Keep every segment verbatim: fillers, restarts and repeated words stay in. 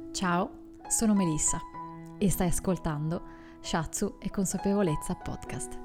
Ciao, sono Melissa e stai ascoltando Shiatsu e Consapevolezza Podcast.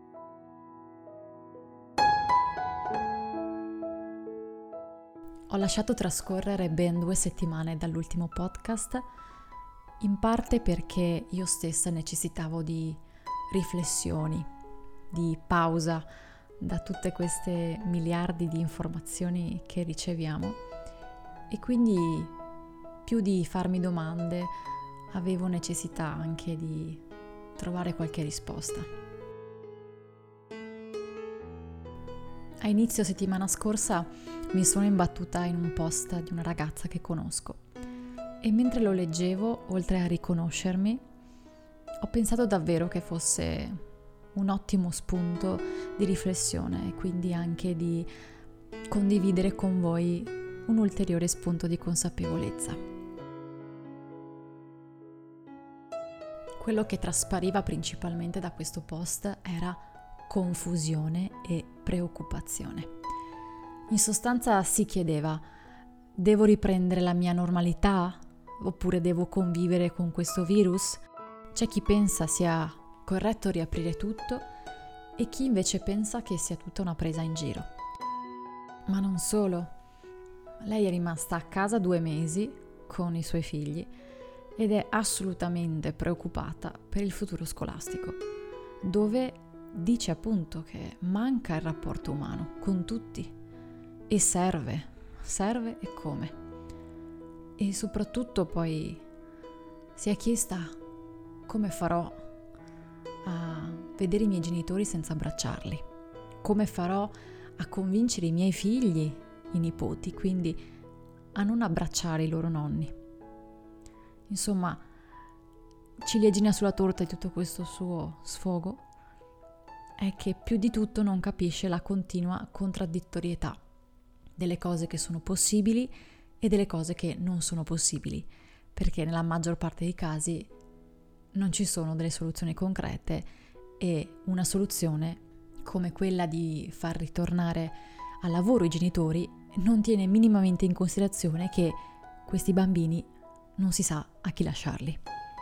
Ho lasciato trascorrere ben due settimane dall'ultimo podcast, in parte perché io stessa necessitavo di riflessioni, di pausa da tutte queste miliardi di informazioni che riceviamo e quindi più di farmi domande avevo necessità anche di trovare qualche risposta. A inizio settimana scorsa mi sono imbattuta in un post di una ragazza che conosco e mentre lo leggevo, oltre a riconoscermi, ho pensato davvero che fosse un ottimo spunto di riflessione e quindi anche di condividere con voi un ulteriore spunto di consapevolezza. Quello che traspariva principalmente da questo post era confusione e preoccupazione. In sostanza si chiedeva: devo riprendere la mia normalità? Oppure devo convivere con questo virus? C'è chi pensa sia corretto riaprire tutto e chi invece pensa che sia tutta una presa in giro. Ma non solo. Lei è rimasta a casa due mesi con i suoi figli ed è assolutamente preoccupata per il futuro scolastico, dove dice appunto che manca il rapporto umano con tutti e serve, serve e come. E soprattutto poi si è chiesta come farò a vedere i miei genitori senza abbracciarli, come farò a convincere i miei figli, i nipoti, quindi a non abbracciare i loro nonni. Insomma, ciliegina sulla torta di tutto questo suo sfogo è che più di tutto non capisce la continua contraddittorietà delle cose che sono possibili e delle cose che non sono possibili, perché nella maggior parte dei casi non ci sono delle soluzioni concrete e una soluzione come quella di far ritornare al lavoro i genitori non tiene minimamente in considerazione che questi bambini non si sa a chi lasciarli.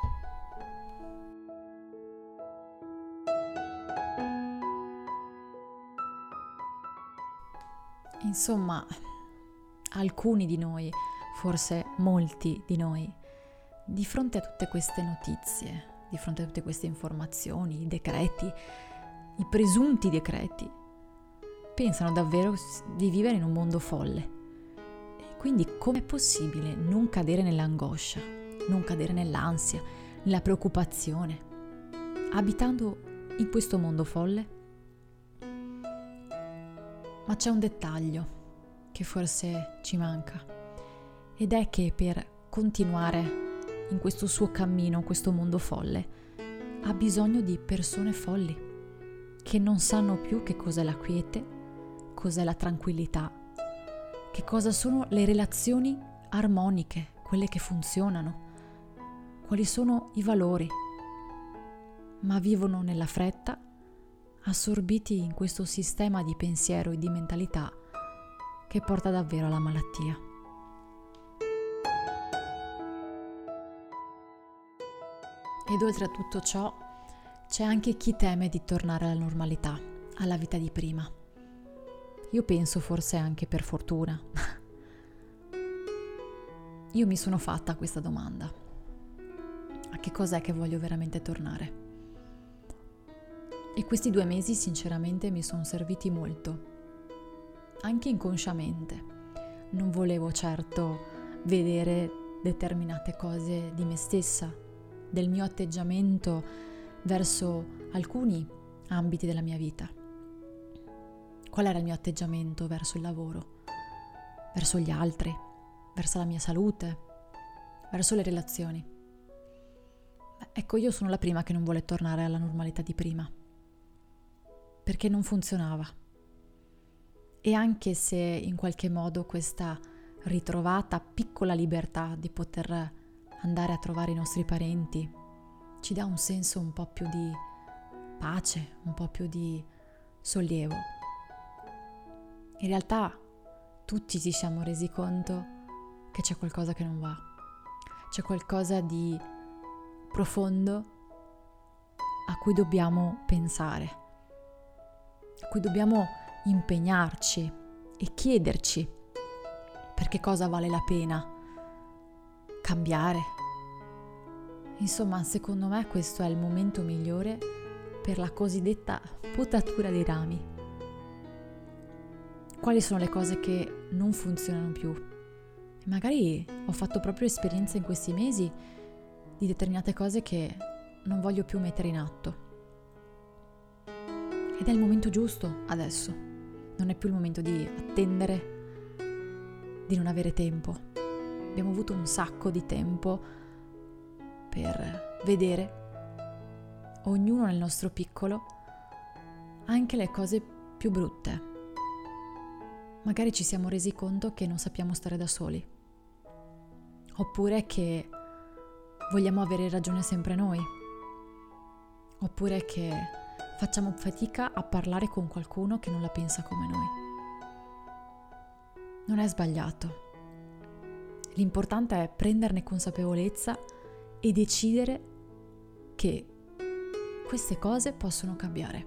Insomma, alcuni di noi, forse molti di noi, di fronte a tutte queste notizie, di fronte a tutte queste informazioni, i decreti, i presunti decreti, pensano davvero di vivere in un mondo folle. E quindi com'è possibile non cadere nell'angoscia, non cadere nell'ansia, nella preoccupazione, abitando in questo mondo folle? Ma c'è un dettaglio che forse ci manca, ed è che per continuare in questo suo cammino, in questo mondo folle, ha bisogno di persone folli, che non sanno più che cos'è la quiete, cos'è la tranquillità, che cosa sono le relazioni armoniche, quelle che funzionano, quali sono i valori, ma vivono nella fretta, assorbiti in questo sistema di pensiero e di mentalità che porta davvero alla malattia. Ed oltre a tutto ciò c'è anche chi teme di tornare alla normalità, alla vita di prima. Io penso forse anche per fortuna. Io mi sono fatta questa domanda: a che cos'è che voglio veramente tornare? E questi due mesi sinceramente mi sono serviti molto, anche inconsciamente. Non volevo certo vedere determinate cose di me stessa, del mio atteggiamento verso alcuni ambiti della mia vita. Qual era il mio atteggiamento verso il lavoro, verso gli altri, verso la mia salute, verso le relazioni? Beh, ecco, io sono la prima che non vuole tornare alla normalità di prima, perché non funzionava. E anche se in qualche modo questa ritrovata piccola libertà di poter andare a trovare i nostri parenti ci dà un senso un po' più di pace, un po' più di sollievo, in realtà tutti ci siamo resi conto che c'è qualcosa che non va. c'è qualcosa di profondo a cui dobbiamo pensare, a cui dobbiamo impegnarci e chiederci per che cosa vale la pena cambiare. Insomma, secondo me questo è il momento migliore per la cosiddetta potatura dei rami. Quali sono le cose che non funzionano più? Magari ho fatto proprio esperienza in questi mesi di determinate cose che non voglio più mettere in atto. Ed è il momento giusto adesso. Non è più il momento di attendere, di non avere tempo. Abbiamo avuto un sacco di tempo per vedere, ognuno nel nostro piccolo, anche le cose più brutte. Magari ci siamo resi conto che non sappiamo stare da soli, oppure che vogliamo avere ragione sempre noi, oppure che facciamo fatica a parlare con qualcuno che non la pensa come noi. Non è sbagliato. L'importante è prenderne consapevolezza e decidere che queste cose possono cambiare.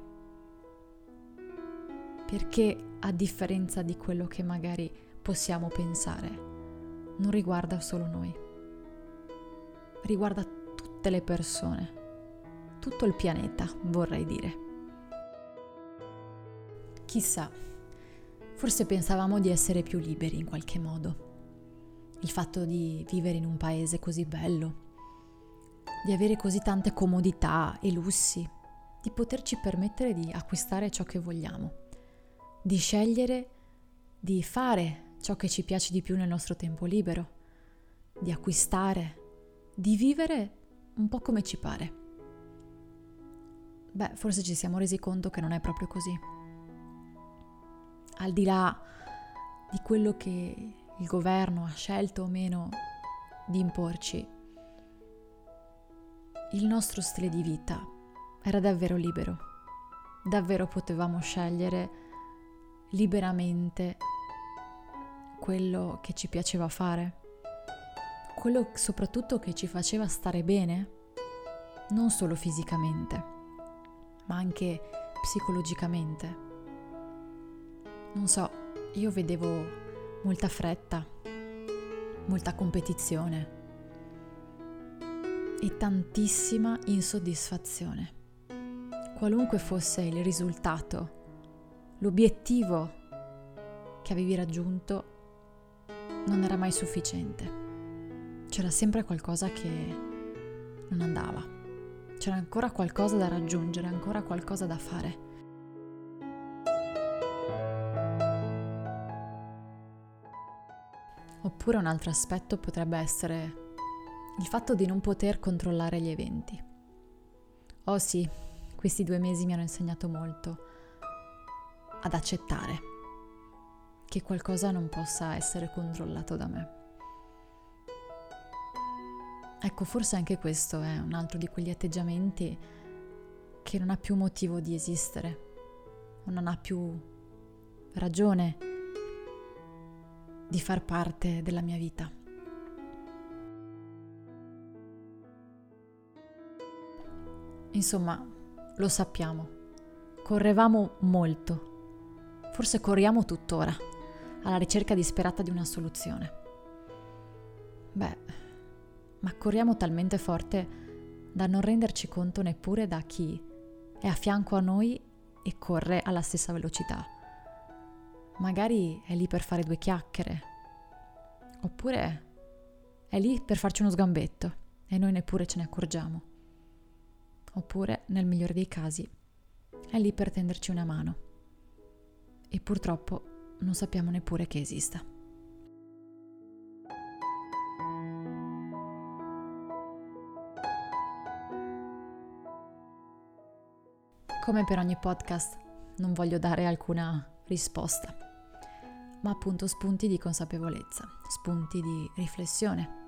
Perché a differenza di quello che magari possiamo pensare, non riguarda solo noi. Riguarda tutte le persone, tutto il pianeta, vorrei dire. Chissà, forse pensavamo di essere più liberi in qualche modo. Il fatto di vivere in un paese così bello, di avere così tante comodità e lussi, di poterci permettere di acquistare ciò che vogliamo, di scegliere di fare ciò che ci piace di più nel nostro tempo libero, di acquistare, di vivere un po' come ci pare. Beh, forse ci siamo resi conto che non è proprio così. Al di là di quello che il governo ha scelto o meno di imporci, il nostro stile di vita era davvero libero. Davvero potevamo scegliere liberamente quello che ci piaceva fare, quello soprattutto che ci faceva stare bene, non solo fisicamente, ma anche psicologicamente. Non so, io vedevo molta fretta, molta competizione e tantissima insoddisfazione. Qualunque fosse il risultato, l'obiettivo che avevi raggiunto non era mai sufficiente. C'era sempre qualcosa che non andava. C'era ancora qualcosa da raggiungere, ancora qualcosa da fare. Oppure un altro aspetto potrebbe essere il fatto di non poter controllare gli eventi. Oh sì, questi due mesi mi hanno insegnato molto ad accettare che qualcosa non possa essere controllato da me. Ecco, forse anche questo è un altro di quegli atteggiamenti che non ha più motivo di esistere, non ha più ragione di far parte della mia vita. Insomma, lo sappiamo, correvamo molto. Forse corriamo tuttora, alla ricerca disperata di una soluzione. Beh, ma corriamo talmente forte da non renderci conto neppure da chi è a fianco a noi e corre alla stessa velocità. Magari è lì per fare due chiacchiere, oppure è lì per farci uno sgambetto e noi neppure ce ne accorgiamo. Oppure, nel migliore dei casi, è lì per tenderci una mano. E purtroppo non sappiamo neppure che esista. Come per ogni podcast, non voglio dare alcuna risposta, ma appunto spunti di consapevolezza, spunti di riflessione.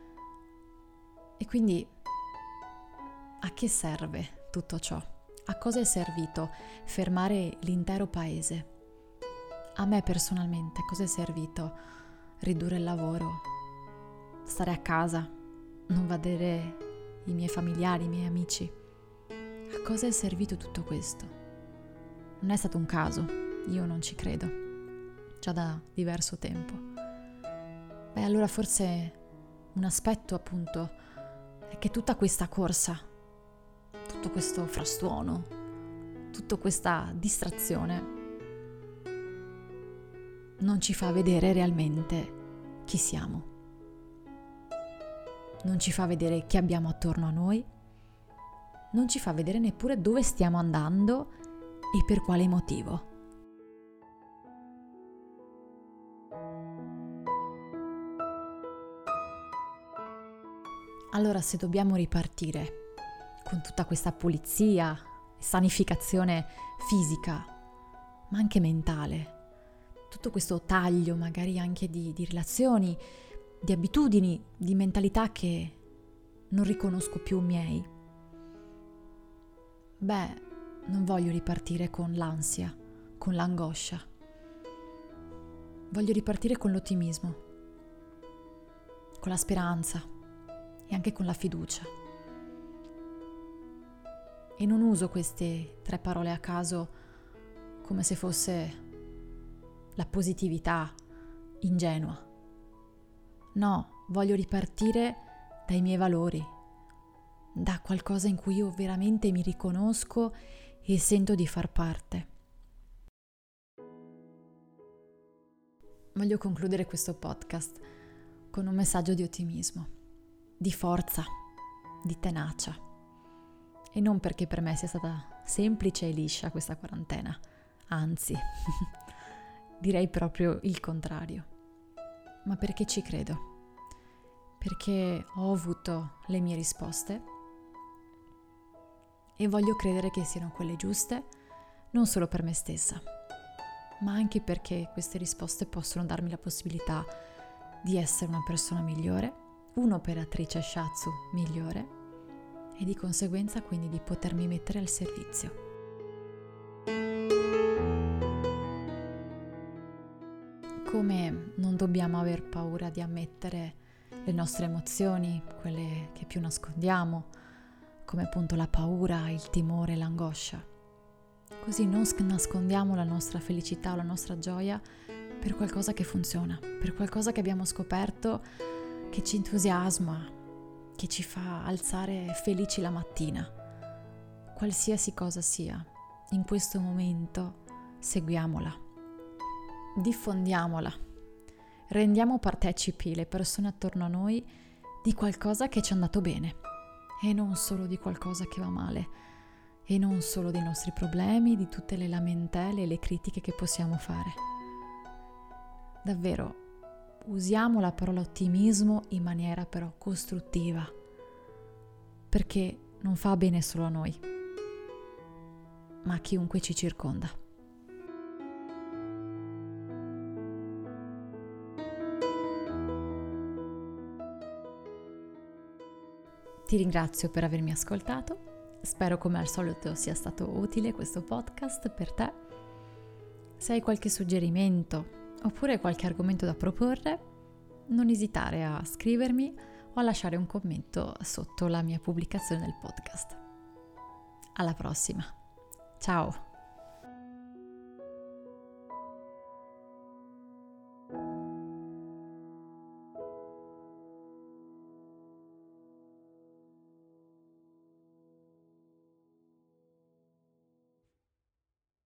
E quindi, a che serve tutto ciò? A cosa è servito fermare l'intero paese? A me personalmente cosa è servito ridurre il lavoro, stare a casa, non vedere i miei familiari, i miei amici. A cosa è servito tutto questo? Non è stato un caso, io non ci credo, già da diverso tempo. Beh, allora forse un aspetto appunto è che tutta questa corsa, tutto questo frastuono, tutta questa distrazione non ci fa vedere realmente chi siamo. Non ci fa vedere chi abbiamo attorno a noi, non ci fa vedere neppure dove stiamo andando e per quale motivo. Allora, se dobbiamo ripartire con tutta questa pulizia, sanificazione fisica, ma anche mentale, tutto questo taglio magari anche di, di relazioni, di abitudini, di mentalità che non riconosco più miei, beh, non voglio ripartire con l'ansia, con l'angoscia. Voglio ripartire con l'ottimismo, con la speranza e anche con la fiducia. E non uso queste tre parole a caso come se fosse la positività ingenua. No, voglio ripartire dai miei valori, da qualcosa in cui io veramente mi riconosco e sento di far parte. Voglio concludere questo podcast con un messaggio di ottimismo, di forza, di tenacia. E non perché per me sia stata semplice e liscia questa quarantena, anzi, direi proprio il contrario, ma perché ci credo. Perché ho avuto le mie risposte e voglio credere che siano quelle giuste, non solo per me stessa, ma anche perché queste risposte possono darmi la possibilità di essere una persona migliore, un'operatrice shiatsu migliore e di conseguenza quindi di potermi mettere al servizio. Come non dobbiamo aver paura di ammettere le nostre emozioni, quelle che più nascondiamo, come appunto la paura, il timore, l'angoscia. Così non nascondiamo la nostra felicità o la nostra gioia per qualcosa che funziona, per qualcosa che abbiamo scoperto che ci entusiasma, che ci fa alzare felici la mattina. Qualsiasi cosa sia, in questo momento seguiamola, diffondiamola. Rendiamo partecipi le persone attorno a noi di qualcosa che ci è andato bene e non solo di qualcosa che va male e non solo dei nostri problemi, di tutte le lamentele e le critiche che possiamo fare. Davvero, usiamo la parola ottimismo in maniera però costruttiva, perché non fa bene solo a noi, ma a chiunque ci circonda. Ti ringrazio per avermi ascoltato, spero come al solito sia stato utile questo podcast per te. Se hai qualche suggerimento oppure qualche argomento da proporre, non esitare a scrivermi o a lasciare un commento sotto la mia pubblicazione del podcast. Alla prossima, ciao!